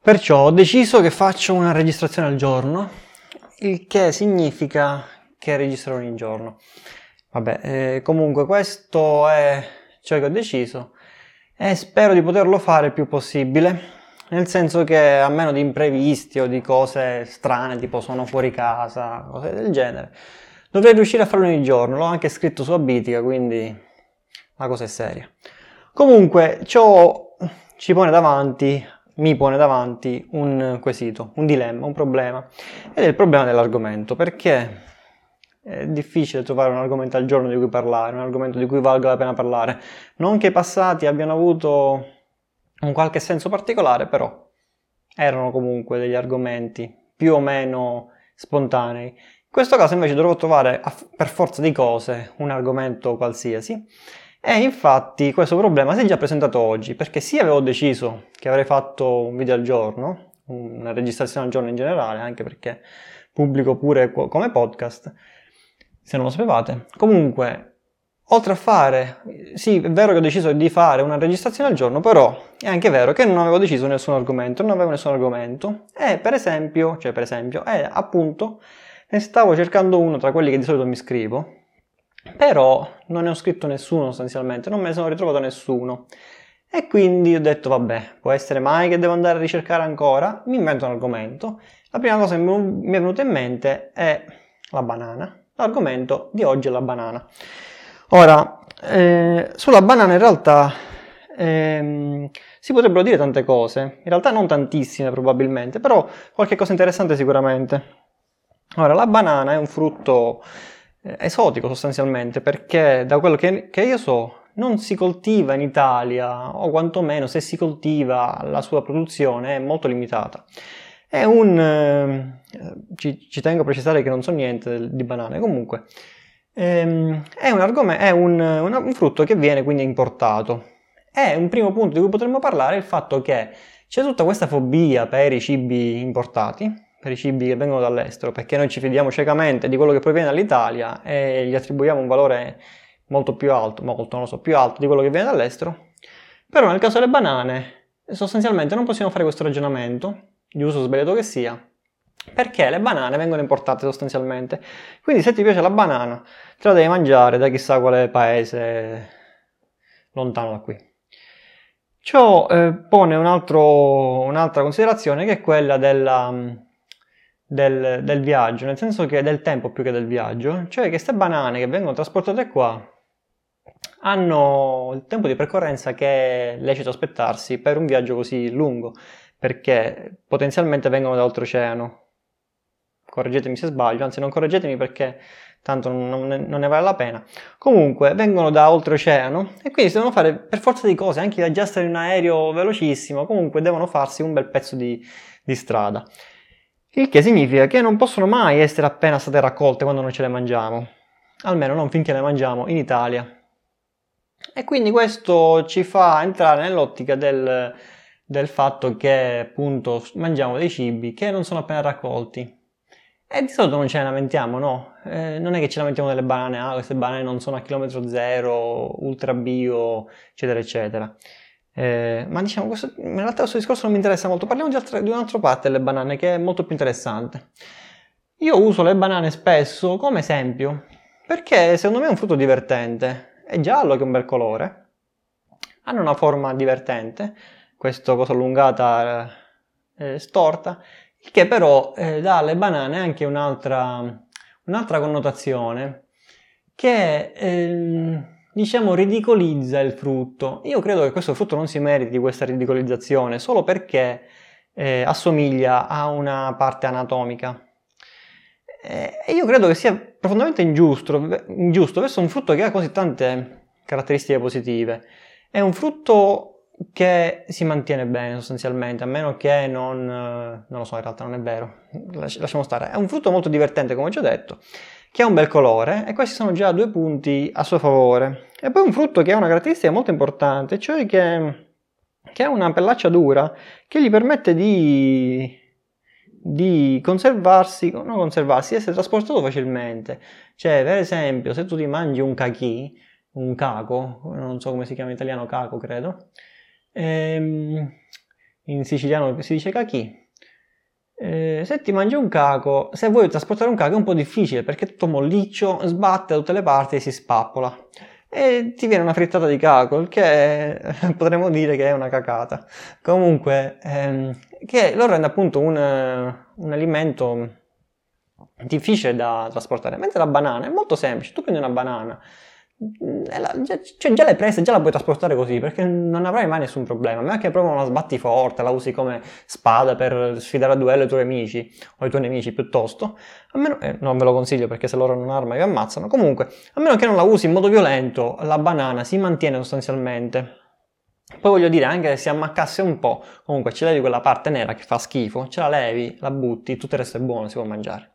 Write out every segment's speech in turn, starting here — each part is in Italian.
Perciò ho deciso che faccio una registrazione al giorno, il che significa che registrerò ogni giorno. Vabbè, comunque questo è ciò che ho deciso e spero di poterlo fare il più possibile, nel senso che a meno di imprevisti o di cose strane, tipo sono fuori casa, cose del genere, dovrei riuscire a farlo ogni giorno. L'ho anche scritto su Abitica, quindi la cosa è seria. Comunque, ciò mi pone davanti un quesito, un dilemma, un problema, ed è il problema dell'argomento, perché è difficile trovare un argomento al giorno di cui parlare, un argomento di cui valga la pena parlare. Non che i passati abbiano avuto un qualche senso particolare, però erano comunque degli argomenti più o meno spontanei. In questo caso invece dovrò trovare, per forza di cose, un argomento qualsiasi. E infatti questo problema si è già presentato oggi, perché sì, avevo deciso che avrei fatto un video al giorno, una registrazione al giorno in generale, anche perché pubblico pure come podcast, se non lo sapevate. Comunque, oltre a fare, sì, è vero che ho deciso di fare una registrazione al giorno, però è anche vero che non avevo deciso nessun argomento, non avevo nessun argomento, e appunto, ne stavo cercando uno tra quelli che di solito mi scrivo, però non ne ho scritto nessuno sostanzialmente, non me ne sono ritrovato nessuno. E quindi ho detto, vabbè, può essere mai che devo andare a ricercare ancora? Mi invento un argomento. La prima cosa che mi è venuta in mente è la banana. L'argomento di oggi è la banana. Ora, sulla banana in realtà si potrebbero dire tante cose, in realtà non tantissime probabilmente, però qualche cosa interessante sicuramente. Ora, la banana è un frutto esotico sostanzialmente, perché da quello che io so non si coltiva in Italia, o quantomeno se si coltiva la sua produzione è molto limitata. È ci tengo a precisare che non so niente di banane, comunque è un frutto che viene quindi importato. E un primo punto di cui potremmo parlare è il fatto che c'è tutta questa fobia per i cibi importati, per i cibi che vengono dall'estero, perché noi ci fidiamo ciecamente di quello che proviene dall'Italia e gli attribuiamo un valore molto più alto, più alto di quello che viene dall'estero. Però nel caso delle banane, sostanzialmente non possiamo fare questo ragionamento, giusto o sbagliato che sia, perché le banane vengono importate sostanzialmente. Quindi se ti piace la banana, te la devi mangiare da chissà quale paese lontano da qui. Ciò pone un'altra considerazione, che è quella del viaggio, nel senso che del tempo più che del viaggio, cioè che queste banane che vengono trasportate qua hanno il tempo di percorrenza che è lecito aspettarsi per un viaggio così lungo, perché potenzialmente vengono da oltreoceano. Correggetemi se sbaglio, anzi non correggetemi perché tanto non ne vale la pena. Comunque vengono da oltreoceano e quindi si devono fare per forza di cose, anche viaggiare in un aereo velocissimo, comunque devono farsi un bel pezzo di strada. Il che significa che non possono mai essere appena state raccolte quando noi ce le mangiamo, almeno non finché le mangiamo in Italia. E quindi questo ci fa entrare nell'ottica del fatto che appunto mangiamo dei cibi che non sono appena raccolti. E di solito non ce ne lamentiamo, no? Non è che ci lamentiamo delle banane, queste banane non sono a chilometro zero, ultra bio, eccetera, eccetera. Ma diciamo, in realtà questo discorso non mi interessa molto. Parliamo di un'altra parte delle banane, che è molto più interessante. Io uso le banane spesso come esempio, perché secondo me è un frutto divertente. È giallo, che è un bel colore, hanno una forma divertente, questa cosa allungata, storta, il che però dà alle banane anche un'altra connotazione che diciamo ridicolizza il frutto. Io credo che questo frutto non si meriti di questa ridicolizzazione solo perché assomiglia a una parte anatomica. E io credo che sia profondamente ingiusto verso un frutto che ha così tante caratteristiche positive. È un frutto che si mantiene bene sostanzialmente, a meno che non lo so, in realtà non è vero, lasciamo stare. È un frutto molto divertente, come ci ho detto, che ha un bel colore, e questi sono già 2 punti a suo favore. E poi un frutto che ha una caratteristica molto importante, cioè che ha una pellaccia dura che gli permette di essere trasportato facilmente. Cioè, per esempio, se tu ti mangi un caco, non so come si chiama in italiano, caco credo, in siciliano si dice cachì. Se ti mangi un caco, se vuoi trasportare un caco è un po' difficile perché è tutto molliccio, sbatte da tutte le parti e si spappola. E ti viene una frittata di caco, il che potremmo dire che è una cacata. Comunque, che lo rende appunto un alimento difficile da trasportare, mentre la banana è molto semplice. Tu prendi una banana, già l'hai presa, già la puoi trasportare così perché non avrai mai nessun problema. Ma anche proprio una sbattiforte, la usi come spada per sfidare a duello i tuoi amici o i tuoi nemici piuttosto. A meno, non ve lo consiglio perché se loro hanno un'arma vi ammazzano. Comunque, a meno che non la usi in modo violento, la banana si mantiene sostanzialmente. Poi voglio dire, anche se si ammaccasse un po', comunque ci levi quella parte nera che fa schifo, ce la levi, la butti, tutto il resto è buono, si può mangiare.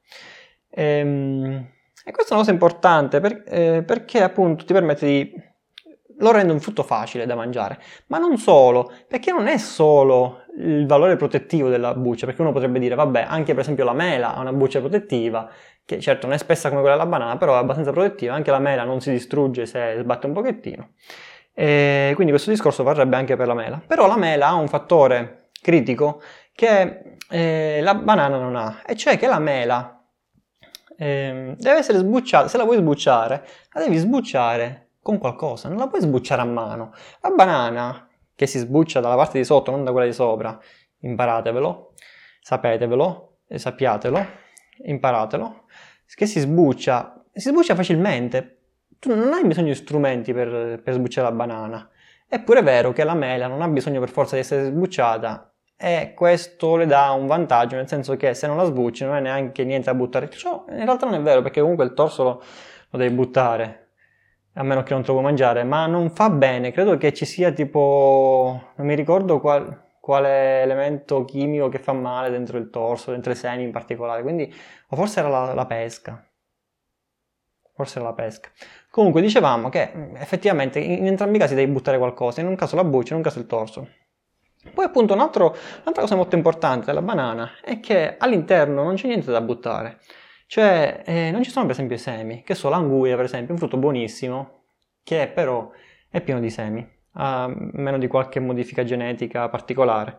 E questa è una cosa importante perché appunto ti permette di... lo rende un frutto facile da mangiare, ma non solo, perché non è solo il valore protettivo della buccia, perché uno potrebbe dire, vabbè, anche per esempio la mela ha una buccia protettiva, che certo non è spessa come quella della banana, però è abbastanza protettiva, anche la mela non si distrugge se sbatte un pochettino. E quindi questo discorso varrebbe anche per la mela. Però la mela ha un fattore critico che la banana non ha, e cioè che la mela deve essere sbucciata. Se la vuoi sbucciare, la devi sbucciare con qualcosa, non la puoi sbucciare a mano. La banana che si sbuccia dalla parte di sotto, non da quella di sopra, imparatevelo, sapetevelo, sappiatelo, imparatelo, che si sbuccia facilmente. Tu non hai bisogno di strumenti per sbucciare la banana. Eppure è vero che la mela non ha bisogno per forza di essere sbucciata e questo le dà un vantaggio, nel senso che se non la sbucci non è neanche niente da buttare. Ciò in realtà non è vero perché comunque il torso lo devi buttare, a meno che non te lo vuoi mangiare, ma non fa bene. Credo che ci sia tipo, non mi ricordo quale elemento chimico che fa male dentro il torso, dentro i seni in particolare, quindi, o forse era la pesca. Forse era la pesca. Comunque dicevamo che effettivamente in entrambi i casi devi buttare qualcosa, in un caso la buccia, in un caso il torso. Poi appunto un'altra cosa molto importante della banana è che all'interno non c'è niente da buttare. Cioè non ci sono per esempio i semi, che so l'anguria per esempio, un frutto buonissimo, che però è pieno di semi, a meno di qualche modifica genetica particolare.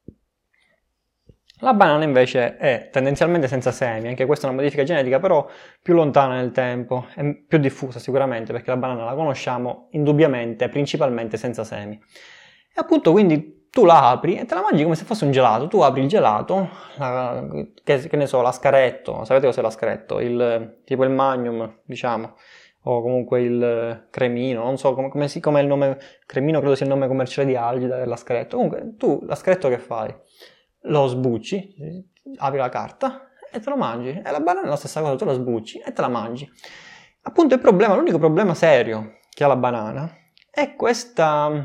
La banana invece è tendenzialmente senza semi, anche questa è una modifica genetica però più lontana nel tempo, è più diffusa sicuramente perché la banana la conosciamo indubbiamente, principalmente senza semi. E appunto quindi tu la apri e te la mangi come se fosse un gelato, tu apri il gelato, che ne so, l'ascaretto, sapete cos'è l'ascaretto? Tipo il Magnum, diciamo, o comunque il cremino, non so come è il nome, cremino credo sia il nome commerciale di Algida dell'ascaretto, comunque tu l'ascaretto che fai? Lo sbucci, apri la carta e te lo mangi. E la banana è la stessa cosa, tu la sbucci e te la mangi. Appunto l'unico problema serio che ha la banana è questa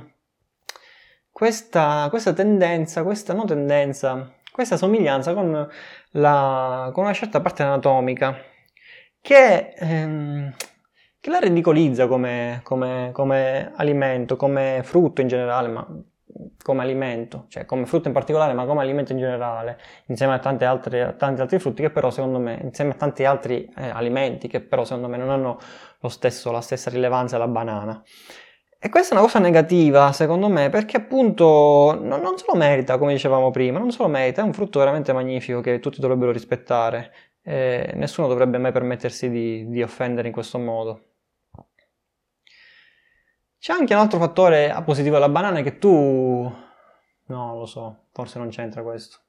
tendenza, questa somiglianza con una certa parte anatomica che la ridicolizza come alimento, come frutto in generale, ma come alimento, cioè come frutto in particolare, ma come alimento in generale, insieme a tanti altri frutti che però secondo me, insieme a tanti altri alimenti che però secondo me non hanno la stessa rilevanza della banana. E questa è una cosa negativa, secondo me, perché appunto non se lo merita, come dicevamo prima, non se lo merita, è un frutto veramente magnifico che tutti dovrebbero rispettare, nessuno dovrebbe mai permettersi di offendere in questo modo. C'è anche un altro fattore positivo della banana che tu... no, lo so, forse non c'entra questo.